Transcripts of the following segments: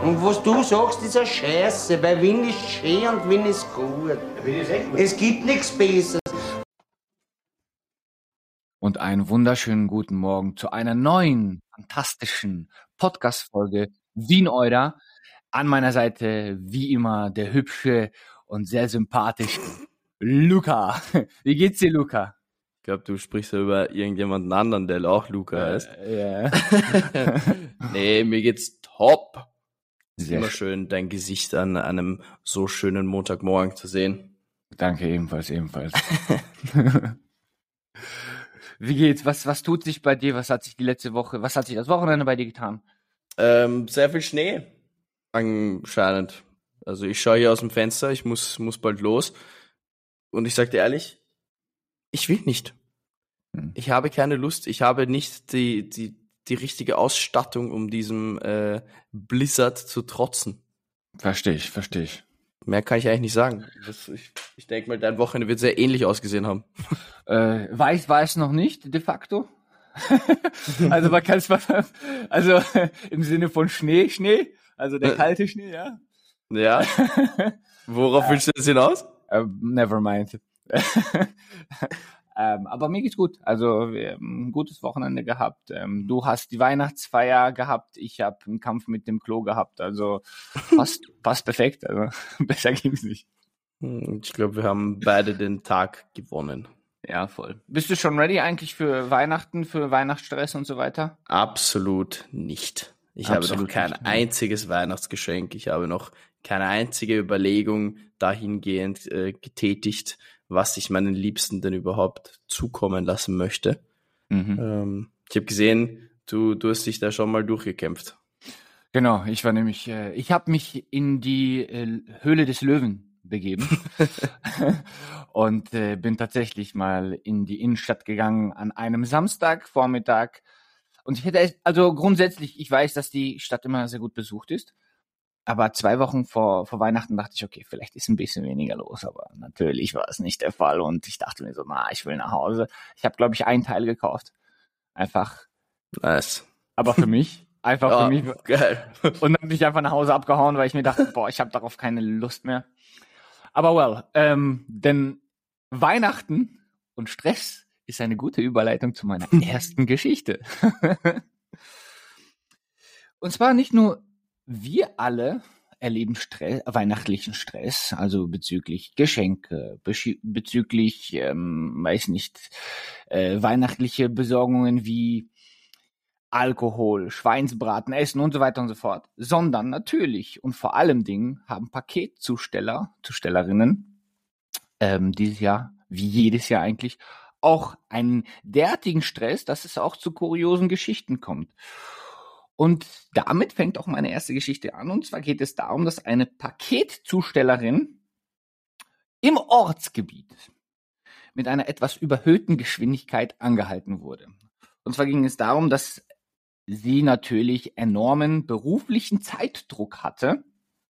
Und was du sagst, ist eine Scheiße, weil Wien ist schön und Wien ist gut. Es gibt nichts Besseres. Und einen wunderschönen guten Morgen zu einer neuen, fantastischen Podcast-Folge Wien Eurer. An meiner Seite, wie immer, der hübsche und sehr sympathische Luca. Wie geht's dir, Luca? Ich glaube, du sprichst ja über irgendjemanden anderen, der auch Luca heißt. Ja. Nee, mir geht's top. Ist Sehr immer schön, dein Gesicht an einem so schönen Montagmorgen zu sehen. Danke, ebenfalls. Wie geht's? Was tut sich bei dir? Was hat sich das Wochenende bei dir getan? Sehr viel Schnee. Anscheinend. Also ich schaue hier aus dem Fenster, ich muss bald los. Und ich sag dir ehrlich, ich will nicht. Ich habe keine Lust. Ich habe nicht die richtige Ausstattung, um diesem Blizzard zu trotzen. Verstehe ich. Mehr kann ich eigentlich nicht sagen. Ich denke mal, dein Wochenende wird sehr ähnlich ausgesehen haben. Weiß noch nicht, de facto. Also man kann es im Sinne von Schnee, also der kalte Schnee, ja. Ja. Worauf willst du das hinaus? Never mind. Aber mir geht's gut. Also wir haben ein gutes Wochenende gehabt. Du hast die Weihnachtsfeier gehabt. Ich habe einen Kampf mit dem Klo gehabt. Also passt perfekt. Also besser ging's nicht. Ich glaube, wir haben beide den Tag gewonnen. Ja, voll. Bist du schon ready eigentlich für Weihnachten, für Weihnachtsstress und so weiter? Absolut nicht. Ich habe noch kein einziges Weihnachtsgeschenk. Ich habe noch keine einzige Überlegung dahingehend getätigt, was ich meinen Liebsten denn überhaupt zukommen lassen möchte. Ich habe gesehen, du hast dich da schon mal durchgekämpft. Genau, ich habe mich in die Höhle des Löwen begeben und bin tatsächlich mal in die Innenstadt gegangen an einem Samstagvormittag. Und grundsätzlich, ich weiß, dass die Stadt immer sehr gut besucht ist, aber 2 Wochen vor Weihnachten dachte ich, okay, vielleicht ist ein bisschen weniger los, aber natürlich war es nicht der Fall und ich dachte mir so, ich will nach Hause. Ich habe, glaube ich, ein Teil gekauft. Einfach. Nice. Aber für mich. Für mich. Geil. Und dann bin ich einfach nach Hause abgehauen, weil ich mir dachte, ich habe darauf keine Lust mehr. Aber denn Weihnachten und Stress ist eine gute Überleitung zu meiner ersten Geschichte. Und zwar nicht nur wir alle erleben weihnachtlichen Stress, also bezüglich Geschenke, bezüglich, weihnachtliche Besorgungen wie Alkohol, Schweinsbraten, Essen und so weiter und so fort, sondern natürlich und vor allem Dingen haben Paketzustellerinnen dieses Jahr, wie jedes Jahr eigentlich, auch einen derartigen Stress, dass es auch zu kuriosen Geschichten kommt. Und damit fängt auch meine erste Geschichte an. Und zwar geht es darum, dass eine Paketzustellerin im Ortsgebiet mit einer etwas überhöhten Geschwindigkeit angehalten wurde. Und zwar ging es darum, dass sie natürlich enormen beruflichen Zeitdruck hatte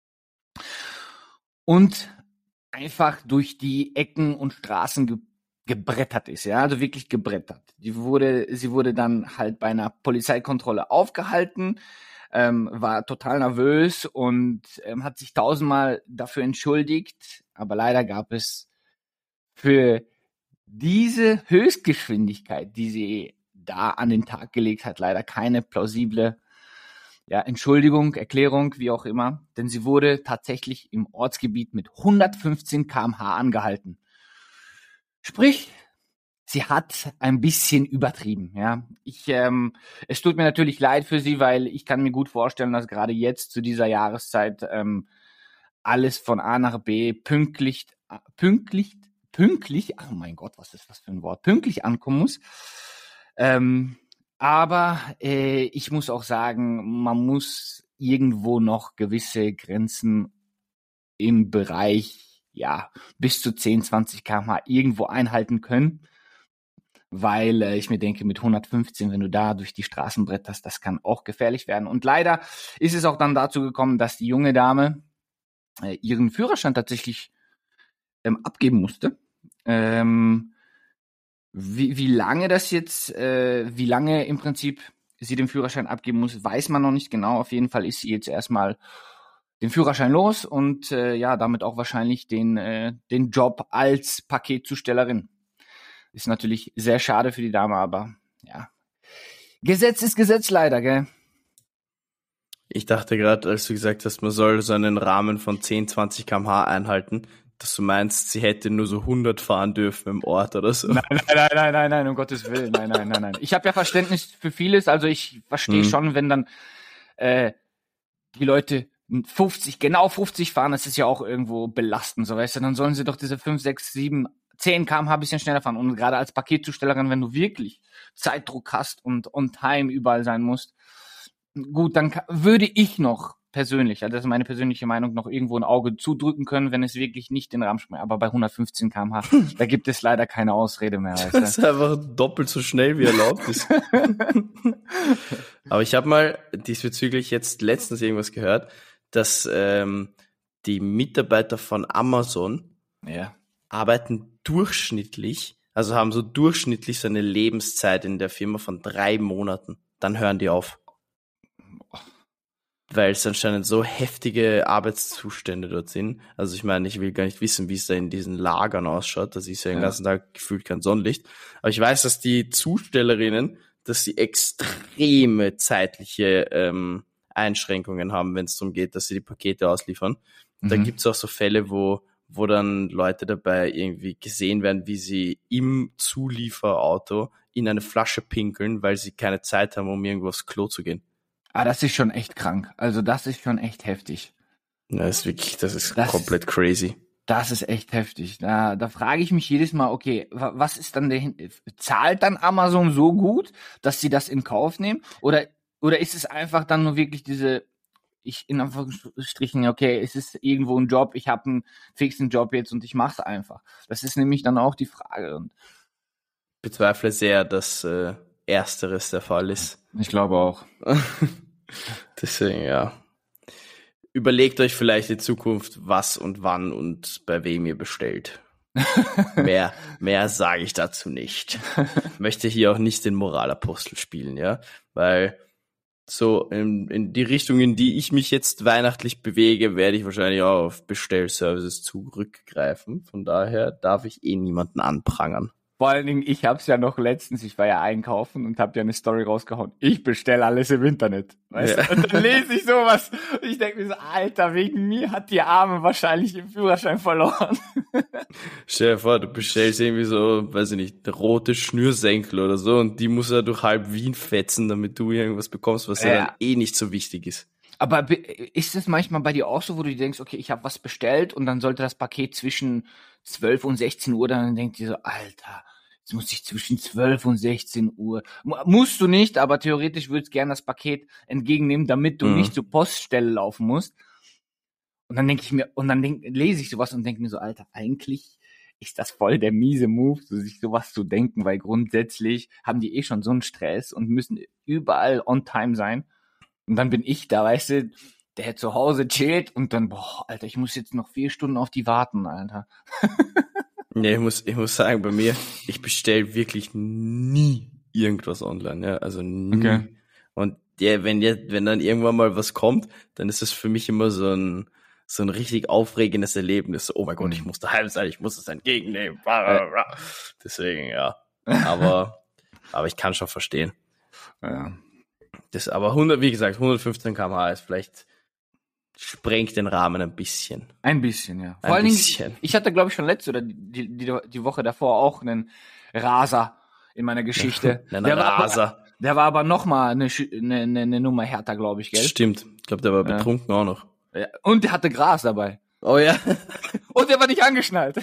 und einfach durch die Ecken und Straßen gebrettert ist, ja, also wirklich gebrettert. Sie wurde dann halt bei einer Polizeikontrolle aufgehalten, war total nervös und hat sich 1000-mal dafür entschuldigt, aber leider gab es für diese Höchstgeschwindigkeit, die sie da an den Tag gelegt hat, leider keine plausible Entschuldigung, Erklärung, wie auch immer, denn sie wurde tatsächlich im Ortsgebiet mit 115 km/h angehalten. Sprich, sie hat ein bisschen übertrieben, ja. Es tut mir natürlich leid für sie, weil ich kann mir gut vorstellen, dass gerade jetzt zu dieser Jahreszeit alles von A nach B pünktlich, oh mein Gott, was ist das für ein Wort, pünktlich ankommen muss. Aber ich muss auch sagen, man muss irgendwo noch gewisse Grenzen im Bereich, bis zu 10, 20 km/h irgendwo einhalten können, weil ich mir denke, mit 115, wenn du da durch die Straßen bretterst, das kann auch gefährlich werden. Und leider ist es auch dann dazu gekommen, dass die junge Dame ihren Führerschein tatsächlich abgeben musste. Wie lange im Prinzip sie den Führerschein abgeben muss, weiß man noch nicht genau. Auf jeden Fall ist sie jetzt erstmal den Führerschein los und damit auch wahrscheinlich den Job als Paketzustellerin. Ist natürlich sehr schade für die Dame, aber ja. Gesetz ist Gesetz leider, gell? Ich dachte gerade, als du gesagt hast, man soll so einen Rahmen von 10, 20 km/h einhalten, dass du meinst, sie hätte nur so 100 fahren dürfen im Ort oder so. Nein, um Gottes Willen, nein. Ich habe ja Verständnis für vieles, also ich verstehe schon, wenn dann die Leute 50 fahren, das ist ja auch irgendwo belastend, so weißt du, dann sollen sie doch diese 5, 6, 7, 10 km/h ein bisschen schneller fahren. Und gerade als Paketzustellerin, wenn du wirklich Zeitdruck hast und on time überall sein musst, gut, dann würde ich noch persönlich, also das ist meine persönliche Meinung, noch irgendwo ein Auge zudrücken können, wenn es wirklich nicht den Rahmen springt. Aber bei 115 km/h, da gibt es leider keine Ausrede mehr. Weißt du? Das ist einfach doppelt so schnell, wie erlaubt ist. Aber ich habe mal diesbezüglich jetzt letztens irgendwas gehört, dass die Mitarbeiter von Amazon arbeiten durchschnittlich, also haben so durchschnittlich so eine Lebenszeit in der Firma von 3 Monaten. Dann hören die auf. Weil es anscheinend so heftige Arbeitszustände dort sind. Also ich meine, ich will gar nicht wissen, wie es da in diesen Lagern ausschaut. Da ist ja den ganzen Tag gefühlt kein Sonnenlicht. Aber ich weiß, dass die Zustellerinnen, dass sie extreme zeitliche Einschränkungen haben, wenn es darum geht, dass sie die Pakete ausliefern. Und da gibt's auch so Fälle, wo dann Leute dabei irgendwie gesehen werden, wie sie im Zulieferauto in eine Flasche pinkeln, weil sie keine Zeit haben, um irgendwo aufs Klo zu gehen. Ah, das ist schon echt krank. Also das ist schon echt heftig. Das ist komplett crazy. Das ist echt heftig. Da frage ich mich jedes Mal, okay, was ist dann zahlt dann Amazon so gut, dass sie das in Kauf nehmen? Oder ist es einfach dann nur wirklich in Anführungsstrichen, okay, es ist irgendwo ein Job, ich habe einen fixen Job jetzt und ich mache es einfach. Das ist nämlich dann auch die Frage. Und bezweifle sehr, dass Ersteres der Fall ist. Ich glaube auch. Deswegen, ja. Überlegt euch vielleicht in Zukunft, was und wann und bei wem ihr bestellt. Mehr sage ich dazu nicht. Ich möchte hier auch nicht den Moralapostel spielen, ja, weil so in die Richtung, in die ich mich jetzt weihnachtlich bewege, werde ich wahrscheinlich auch auf Bestellservices zurückgreifen. Von daher darf ich niemanden anprangern. Vor allen Dingen, ich hab's ja noch letztens, ich war ja einkaufen und hab ja eine Story rausgehauen. Ich bestelle alles im Internet. Weißt du? Und dann lese ich sowas und ich denke mir so, Alter, wegen mir hat die Arme wahrscheinlich den Führerschein verloren. Stell dir vor, du bestellst irgendwie so, weiß ich nicht, rote Schnürsenkel oder so und die muss er durch halb Wien fetzen, damit du irgendwas bekommst, was ja dann nicht so wichtig ist. Aber ist es manchmal bei dir auch so, wo du denkst, okay, ich habe was bestellt und dann sollte das Paket zwischen 12 und 16 Uhr, dann denkt ihr so, Alter, jetzt muss ich zwischen 12 und 16 Uhr. Musst du nicht, aber theoretisch würdest gerne das Paket entgegennehmen, damit du nicht zur Poststelle laufen musst. Und dann denke ich mir, lese ich sowas und denke mir so, Alter, eigentlich ist das voll der miese Move, sich sowas zu denken, weil grundsätzlich haben die schon so einen Stress und müssen überall on time sein. Und dann bin ich da, weißt du, der zu Hause chillt und dann, Alter, ich muss jetzt noch 4 Stunden auf die warten, Alter. Nee, ich muss sagen, bei mir, ich bestelle wirklich nie irgendwas online, ja, also nie. Okay. Und wenn dann irgendwann mal was kommt, dann ist das für mich immer so ein richtig aufregendes Erlebnis. Oh mein Gott, ich muss daheim sein, ich muss es entgegennehmen. Deswegen, ja. Aber ich kann schon verstehen. Ja. Das aber wie gesagt, 115 km/h ist vielleicht, sprengt den Rahmen ein bisschen. Ein bisschen, ja. Vor allen Dingen, ich hatte, glaube ich, schon letzte oder die Woche davor auch einen Raser in meiner Geschichte. Der war aber noch mal eine Nummer härter, glaube ich, gell? Stimmt. Ich glaube, der war betrunken auch noch. Ja. Und der hatte Gras dabei. Oh ja. Und der war nicht angeschnallt.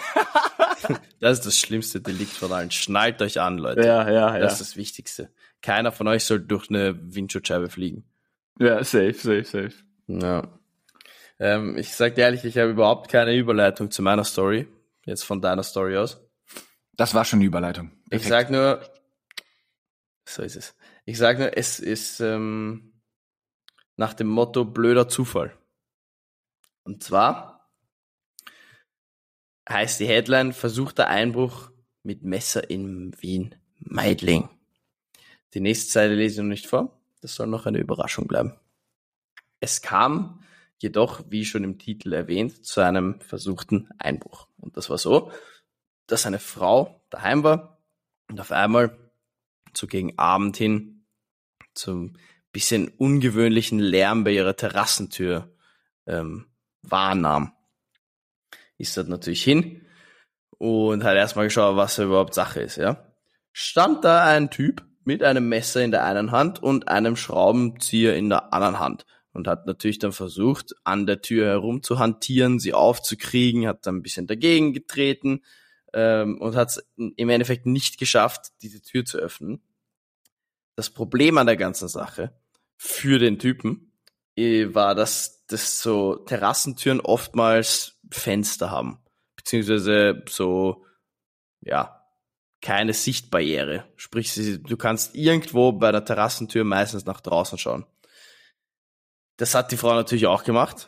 Das ist das schlimmste Delikt von allen. Schnallt euch an, Leute. Ja. Das ist das Wichtigste. Keiner von euch soll durch eine Windschutzscheibe fliegen. Ja, safe. Ja. Ich sag dir ehrlich, ich habe überhaupt keine Überleitung zu meiner Story. Jetzt von deiner Story aus. Das war schon eine Überleitung. Perfekt. Ich sag nur, so ist es. Ich sag nur, es ist nach dem Motto blöder Zufall. Und zwar heißt die Headline, versuchter Einbruch mit Messer in Wien, Meidling. Die nächste Zeile lese ich noch nicht vor. Das soll noch eine Überraschung bleiben. Es kam jedoch, wie schon im Titel erwähnt, zu einem versuchten Einbruch. Und das war so, dass eine Frau daheim war und auf einmal so gegen Abend hin zum bisschen ungewöhnlichen Lärm bei ihrer Terrassentür wahrnahm. Ist dort natürlich hin und hat erstmal geschaut, was da überhaupt Sache ist, ja. Stand da ein Typ mit einem Messer in der einen Hand und einem Schraubenzieher in der anderen Hand und hat natürlich dann versucht, an der Tür herum zu hantieren, sie aufzukriegen, hat dann ein bisschen dagegen getreten und hat es im Endeffekt nicht geschafft, diese Tür zu öffnen. Das Problem an der ganzen Sache für den Typen war, dass so Terrassentüren oftmals Fenster haben, beziehungsweise so, ja, keine Sichtbarriere. Sprich, du kannst irgendwo bei der Terrassentür meistens nach draußen schauen. Das hat die Frau natürlich auch gemacht.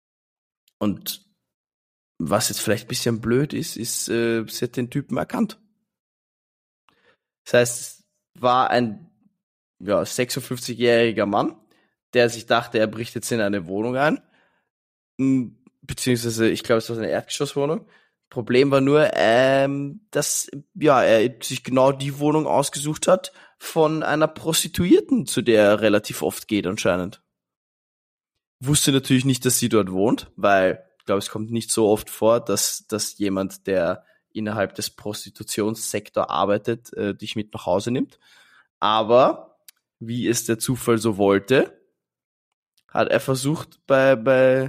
Und was jetzt vielleicht ein bisschen blöd ist, sie hat den Typen erkannt. Das heißt, es war ein 56-jähriger Mann, der sich dachte, er bricht jetzt in eine Wohnung ein. Beziehungsweise, ich glaube, es war eine Erdgeschosswohnung. Problem war nur, dass er sich genau die Wohnung ausgesucht hat von einer Prostituierten, zu der er relativ oft geht anscheinend. Wusste natürlich nicht, dass sie dort wohnt, weil ich glaube, es kommt nicht so oft vor, dass jemand, der innerhalb des Prostitutionssektors arbeitet, dich mit nach Hause nimmt. Aber wie es der Zufall so wollte, hat er versucht, bei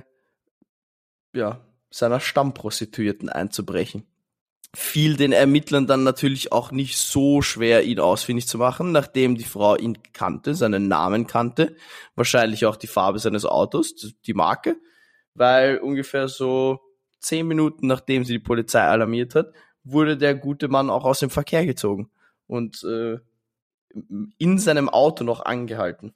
seiner Stammprostituierten einzubrechen. Fiel den Ermittlern dann natürlich auch nicht so schwer, ihn ausfindig zu machen, nachdem die Frau ihn kannte, seinen Namen kannte, wahrscheinlich auch die Farbe seines Autos, die Marke, weil ungefähr so 10 Minuten, nachdem sie die Polizei alarmiert hat, wurde der gute Mann auch aus dem Verkehr gezogen und in seinem Auto noch angehalten.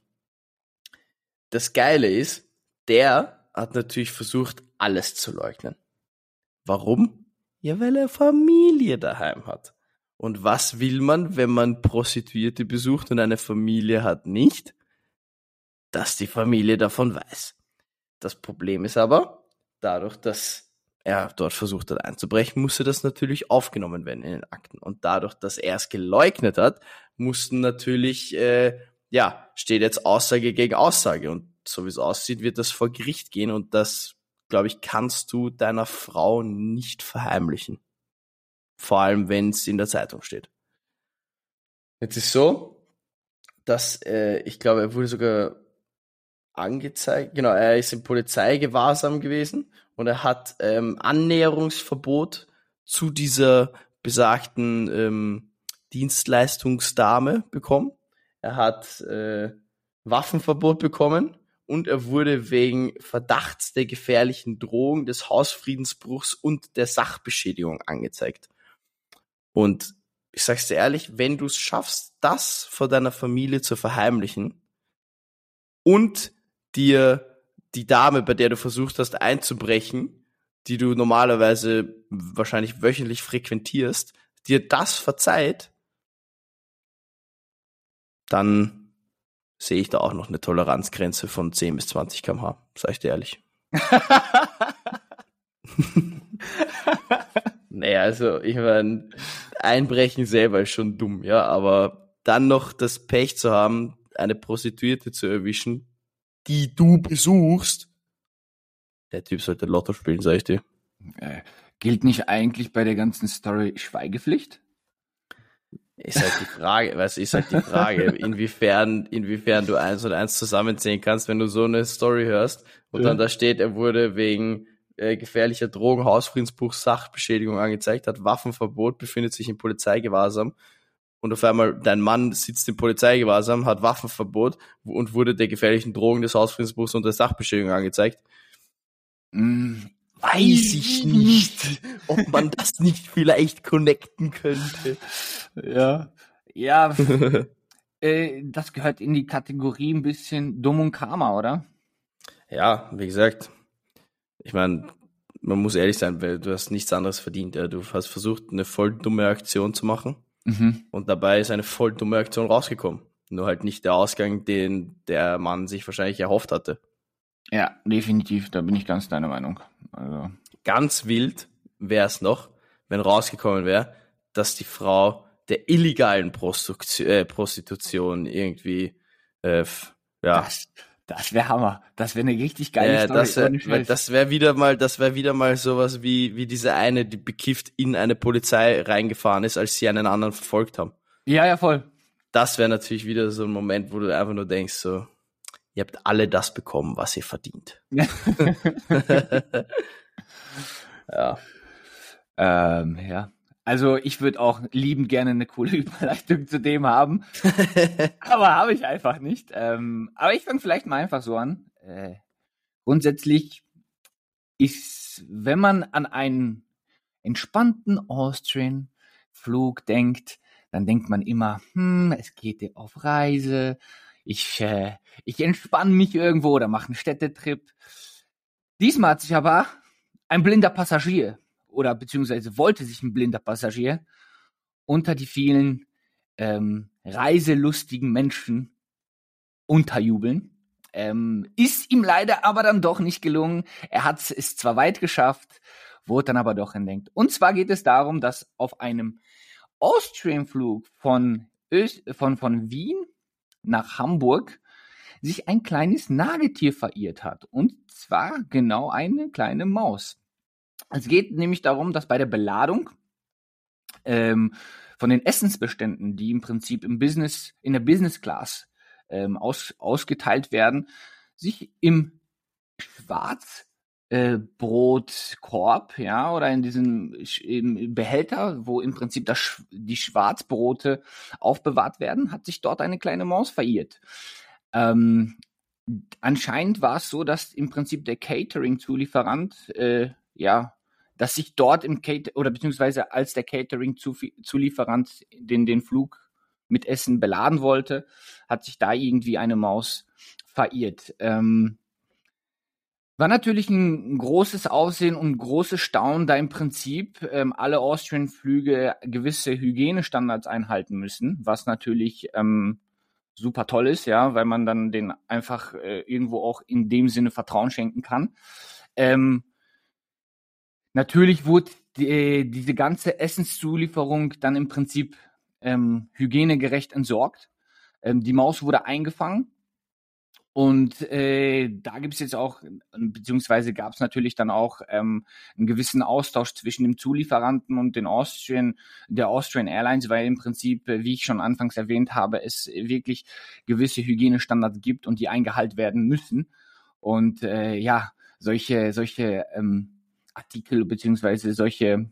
Das Geile ist, der hat natürlich versucht, alles zu leugnen. Warum? Ja, weil er Familie daheim hat. Und was will man, wenn man Prostituierte besucht und eine Familie hat nicht? Dass die Familie davon weiß. Das Problem ist aber, dadurch, dass er dort versucht hat einzubrechen, musste das natürlich aufgenommen werden in den Akten. Und dadurch, dass er es geleugnet hat, mussten natürlich, steht jetzt Aussage gegen Aussage. Und so wie es aussieht, wird das vor Gericht gehen und das, glaube ich, kannst du deiner Frau nicht verheimlichen. Vor allem, wenn es in der Zeitung steht. Jetzt ist so, dass ich glaube, er wurde sogar angezeigt. Genau, er ist im Polizeigewahrsam gewesen und er hat Annäherungsverbot zu dieser besagten Dienstleistungsdame bekommen. Er hat Waffenverbot bekommen. Und er wurde wegen Verdachts der gefährlichen Drohung, des Hausfriedensbruchs und der Sachbeschädigung angezeigt. Und ich sag's dir ehrlich, wenn du es schaffst, das vor deiner Familie zu verheimlichen und dir die Dame, bei der du versucht hast einzubrechen, die du normalerweise wahrscheinlich wöchentlich frequentierst, dir das verzeiht, dann sehe ich da auch noch eine Toleranzgrenze von 10 bis 20 km/h, sag ich dir ehrlich. Naja, also ich meine, Einbrechen selber ist schon dumm, ja, aber dann noch das Pech zu haben, eine Prostituierte zu erwischen, die du besuchst, der Typ sollte Lotto spielen, sag ich dir. Gilt nicht eigentlich bei der ganzen Story Schweigepflicht? Ist halt die Frage, inwiefern du 1 und 1 zusammenzählen kannst, wenn du so eine Story hörst und dann da steht, er wurde wegen gefährlicher Drogen, Hausfriedensbruch, Sachbeschädigung angezeigt, hat Waffenverbot, befindet sich im Polizeigewahrsam und auf einmal dein Mann sitzt im Polizeigewahrsam, hat Waffenverbot und wurde der gefährlichen Drogen, des Hausfriedensbruchs und der Sachbeschädigung angezeigt. Weiß ich nicht, ob man das nicht vielleicht connecten könnte. Ja, das gehört in die Kategorie ein bisschen Dumm und Karma, oder? Ja, wie gesagt, ich meine, man muss ehrlich sein, weil du hast nichts anderes verdient. Ja. Du hast versucht, eine voll dumme Aktion zu machen und dabei ist eine voll dumme Aktion rausgekommen. Nur halt nicht der Ausgang, den der Mann sich wahrscheinlich erhofft hatte. Ja, definitiv, da bin ich ganz deiner Meinung. Also. Ganz wild wäre es noch, wenn rausgekommen wäre, dass die Frau der illegalen Prostitution irgendwie, Das wäre Hammer. Das wäre eine richtig geile Story. Das wäre wieder mal sowas wie diese eine, die bekifft in eine Polizei reingefahren ist, als sie einen anderen verfolgt haben. Ja, voll. Das wäre natürlich wieder so ein Moment, wo du einfach nur denkst, so, ihr habt alle das bekommen, was ihr verdient. Ja. Ja. Also ich würde auch liebend gerne eine coole Überleitung zu dem haben. Aber habe ich einfach nicht. Aber ich fange vielleicht mal einfach so an. Grundsätzlich ist, wenn man an einen entspannten Austrian-Flug denkt, dann denkt man immer, es geht auf Reise, ich entspanne mich irgendwo oder mache einen Städtetrip. Diesmal hat sich aber ein blinder Passagier oder beziehungsweise wollte sich ein blinder Passagier unter die vielen reiselustigen Menschen unterjubeln. Ist ihm leider aber dann doch nicht gelungen. Er hat es zwar weit geschafft, wurde dann aber doch entdeckt. Und zwar geht es darum, dass auf einem Austrian-Flug von Wien nach Hamburg sich ein kleines Nagetier verirrt hat. Und zwar genau eine kleine Maus. Es geht nämlich darum, dass bei der Beladung von den Essensbeständen, die im Prinzip in der Business Class ausgeteilt werden, sich im Schwarzbrotkorb, oder in diesem im Behälter, wo im Prinzip die Schwarzbrote aufbewahrt werden, hat sich dort eine kleine Maus verirrt. Anscheinend war es so, dass im Prinzip der Catering-Zulieferant, dass sich dort beziehungsweise als der Catering-Zulieferant den Flug mit Essen beladen wollte, hat sich da irgendwie eine Maus verirrt. War natürlich ein großes Aufsehen und großes Staunen, da im Prinzip alle Austrian-Flüge gewisse Hygienestandards einhalten müssen, was natürlich super toll ist, weil man dann den einfach irgendwo auch in dem Sinne Vertrauen schenken kann. Natürlich wurde diese ganze Essenszulieferung dann im Prinzip hygienegerecht entsorgt. Die Maus wurde eingefangen und da gibt es jetzt auch, beziehungsweise gab es natürlich dann auch einen gewissen Austausch zwischen dem Zulieferanten und der Austrian Airlines, weil im Prinzip, wie ich schon anfangs erwähnt habe, es wirklich gewisse Hygienestandards gibt und die eingehalten werden müssen. Und solche Artikel beziehungsweise solche,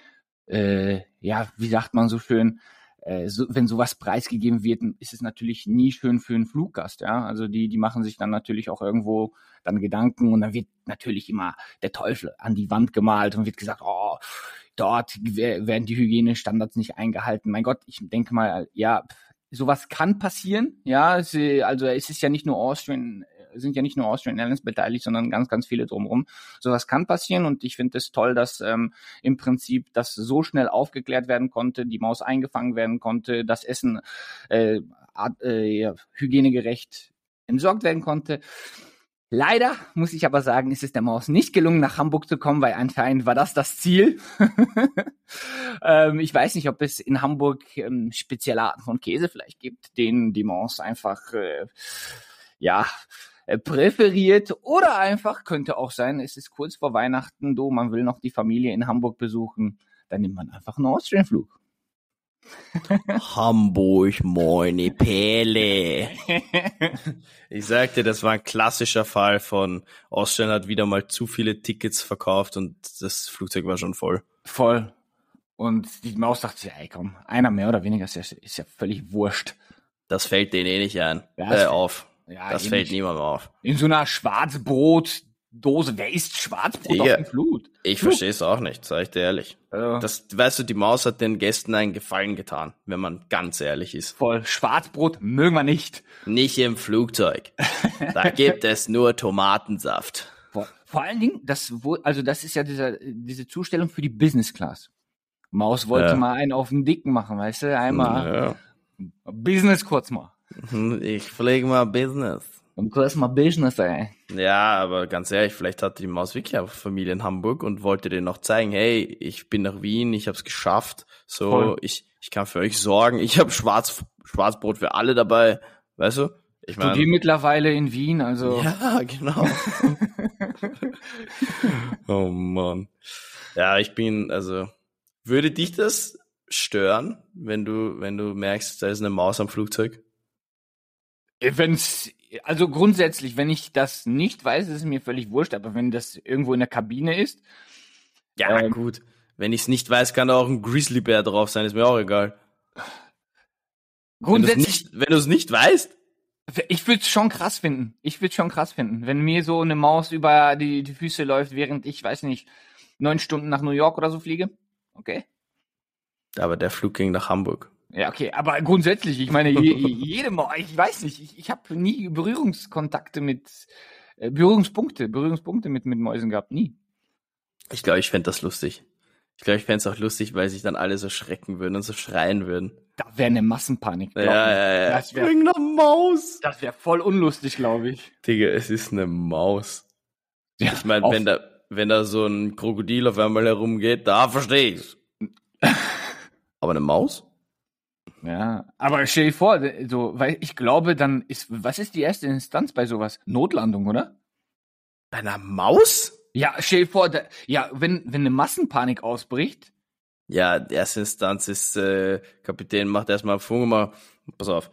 wie sagt man so schön, wenn sowas preisgegeben wird, ist es natürlich nie schön für einen Fluggast, Also die machen sich dann natürlich auch irgendwo dann Gedanken und dann wird natürlich immer der Teufel an die Wand gemalt und wird gesagt, dort werden die Hygienestandards nicht eingehalten. Mein Gott, ich denke mal, sowas kann passieren, also es ist ja nicht nur Austrian Airlines beteiligt, sondern ganz, ganz viele drumherum. Sowas kann passieren und ich finde es toll, dass im Prinzip das so schnell aufgeklärt werden konnte, die Maus eingefangen werden konnte, das Essen hygienegerecht entsorgt werden konnte. Leider muss ich aber sagen, ist es der Maus nicht gelungen, nach Hamburg zu kommen, weil anscheinend war das Ziel. Ich weiß nicht, ob es in Hamburg spezielle Arten von Käse vielleicht gibt, denen die Maus einfach präferiert oder einfach, könnte auch sein, es ist kurz vor Weihnachten, man will noch die Familie in Hamburg besuchen, dann nimmt man einfach einen Austrian-Flug. Hamburg, meine Perle. Ich sagte, das war ein klassischer Fall von Austrian hat wieder mal zu viele Tickets verkauft und das Flugzeug war schon voll. Voll. Und die Maus dachte sich, ey komm, einer mehr oder weniger ist ja völlig wurscht. Das fällt denen nicht auf. Ja, das fällt niemandem auf. In so einer Schwarzbrotdose. Wer isst Schwarzbrot auf dem Flug? Ich verstehe es auch nicht, sag ich dir ehrlich. Weißt du, die Maus hat den Gästen einen Gefallen getan, wenn man ganz ehrlich ist. Voll. Schwarzbrot mögen wir nicht. Nicht im Flugzeug. Da gibt es nur Tomatensaft. Vor allen Dingen, das ist ja diese Zustellung für die Business Class. Maus wollte mal einen auf den Dicken machen, weißt du? Einmal Business kurz mal. Ich pflege mal Business. Und du hast mal Business, ey. Ja, aber ganz ehrlich, vielleicht hatte die Maus wirklich eine Familie in Hamburg und wollte denen noch zeigen, hey, ich bin nach Wien, ich hab's geschafft, so, Voll. ich kann für euch sorgen, ich habe Schwarzbrot für alle dabei, weißt du? Ich Du die mittlerweile in Wien, also. ja, genau. Oh Mann. Ja, würde dich das stören, wenn du merkst, da ist eine Maus am Flugzeug? Also grundsätzlich, wenn ich das nicht weiß, ist es mir völlig wurscht, aber wenn das irgendwo in der Kabine ist, Ja, gut. Wenn ich es nicht weiß, kann da auch ein Grizzlybär drauf sein, ist mir auch egal. grundsätzlich, Wenn du es nicht weißt, ich würde es schon krass finden. Wenn mir so eine Maus über die Füße läuft, während ich, weiß nicht, 9 Stunden nach New York oder so fliege. Okay. aber der Flug ging nach Hamburg. Ja, okay, aber grundsätzlich, ich meine, jede Maus, ich weiß nicht, ich habe nie Berührungspunkte mit Mäusen gehabt, nie. Ich glaube, ich fände das lustig. Ich glaube, ich fände es auch lustig, weil sich dann alle so schrecken würden und so schreien würden. Da wäre eine Massenpanik, glaub mir. Ja. Das wäre Wegen einer Maus. voll unlustig, glaube ich. Digga, es ist eine Maus. Ja, Ich meine, wenn da so ein Krokodil auf einmal herumgeht, da verstehe ich's. Aber eine Maus? Ja, aber stell dir vor, so, weil ich glaube, was ist die erste Instanz bei sowas? Notlandung, oder? Bei einer Maus? Ja, stell dir vor, wenn eine Massenpanik ausbricht. Ja, die erste Instanz ist, Kapitän macht erstmal Funk, mal, pass auf.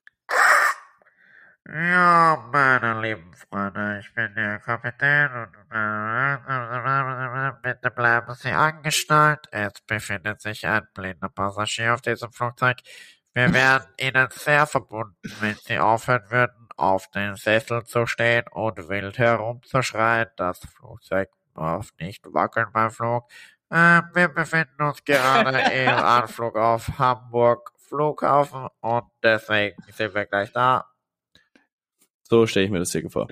Ja, meine lieben Freunde, ich bin der Kapitän und bitte bleiben Sie angeschnallt. Es befindet sich ein blinder Passagier auf diesem Flugzeug. Wir wären Ihnen sehr verbunden, wenn Sie aufhören würden, auf den Sessel zu stehen und wild herumzuschreien. Das Flugzeug darf nicht wackeln beim Flug. Wir befinden uns gerade im Anflug auf Hamburg Flughafen und deswegen sind wir gleich da. So stelle ich mir das hier vor.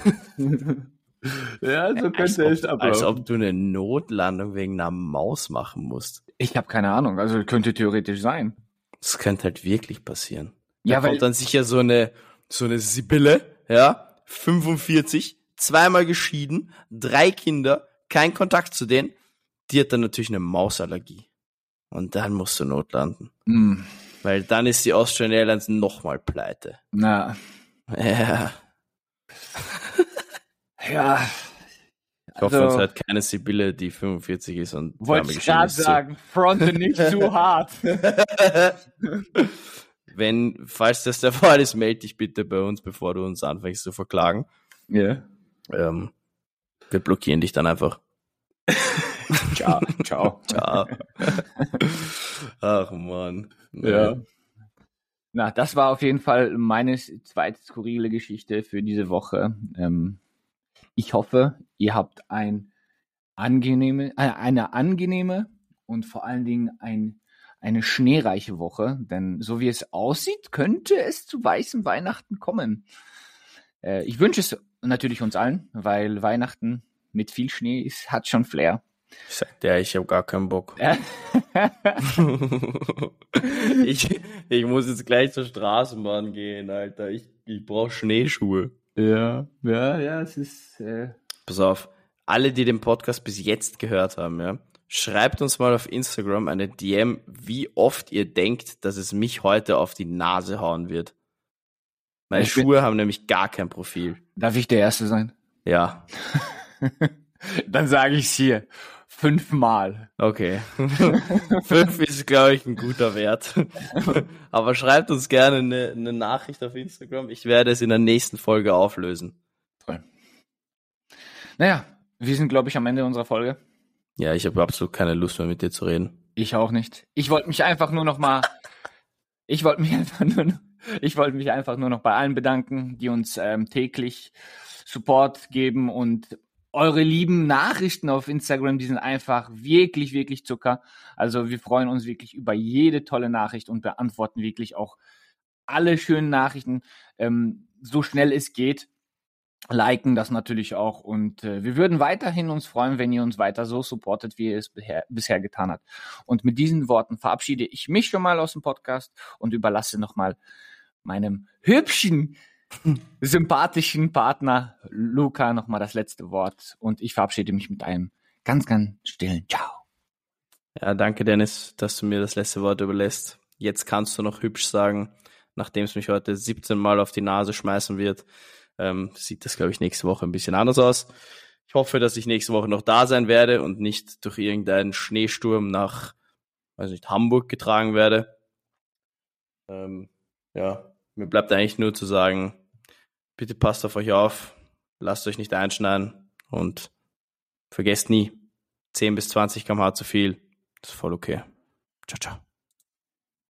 Ja, so Als ob du eine Notlandung wegen einer Maus machen musst. Ich habe keine Ahnung, also könnte theoretisch sein. Das könnte halt wirklich passieren. Ja, Da kommt dann sicher so eine Sibylle, ja, 45, zweimal geschieden, 3 Kinder, kein Kontakt zu denen. Die hat dann natürlich eine Mausallergie. Und dann musst du notlanden. Weil dann ist die Austrian Airlines nochmal pleite. Na. Ja. Ja. Ich hoffe, uns hört keine Sibylle, die 45 ist und wollte ich gerade sagen, fronte nicht zu hart. Falls das der Fall ist, melde dich bitte bei uns, bevor du uns anfängst zu verklagen. Ja. Wir blockieren dich dann einfach. Ciao. Ach man. Ja. Na, das war auf jeden Fall meine zweite skurrile Geschichte für diese Woche. Ich hoffe, ihr habt eine angenehme und vor allen Dingen eine schneereiche Woche, denn so wie es aussieht, könnte es zu weißen Weihnachten kommen. Ich wünsche es natürlich uns allen, weil Weihnachten mit viel Schnee hat schon Flair. Ich sag dir, ich habe gar keinen Bock. ich muss jetzt gleich zur Straßenbahn gehen, Alter. Ich brauche Schneeschuhe. Ja, es ist... Pass auf, alle, die den Podcast bis jetzt gehört haben, ja, schreibt uns mal auf Instagram eine DM, wie oft ihr denkt, dass es mich heute auf die Nase hauen wird. Meine Schuhe haben nämlich gar kein Profil. Darf ich der Erste sein? Ja. Dann sage ich's hier. 5-mal. Okay. 5 ist, glaube ich, ein guter Wert. Aber schreibt uns gerne eine Nachricht auf Instagram. Ich werde es in der nächsten Folge auflösen. Toll. Naja, wir sind, glaube ich, am Ende unserer Folge. Ja, ich habe absolut keine Lust mehr mit dir zu reden. Ich auch nicht. Ich wollte mich einfach nur noch bei allen bedanken, die uns täglich Support geben und eure lieben Nachrichten auf Instagram, die sind einfach wirklich, wirklich Zucker. Also wir freuen uns wirklich über jede tolle Nachricht und beantworten wirklich auch alle schönen Nachrichten, so schnell es geht. Liken das natürlich auch und wir würden weiterhin uns freuen, wenn ihr uns weiter so supportet, wie ihr es bisher getan habt. Und mit diesen Worten verabschiede ich mich schon mal aus dem Podcast und überlasse nochmal meinem hübschen, sympathischen Partner Luca nochmal das letzte Wort und ich verabschiede mich mit einem ganz, ganz stillen Ciao. Ja, danke Dennis, dass du mir das letzte Wort überlässt. Jetzt kannst du noch hübsch sagen, nachdem es mich heute 17 Mal auf die Nase schmeißen wird, sieht das, glaube ich, nächste Woche ein bisschen anders aus. Ich hoffe, dass ich nächste Woche noch da sein werde und nicht durch irgendeinen Schneesturm nach, weiß nicht, Hamburg getragen werde. Ja, mir bleibt eigentlich nur zu sagen, bitte passt auf euch auf, lasst euch nicht einschneiden und vergesst nie, 10 bis 20 km/h zu viel, das ist voll okay. Ciao, ciao.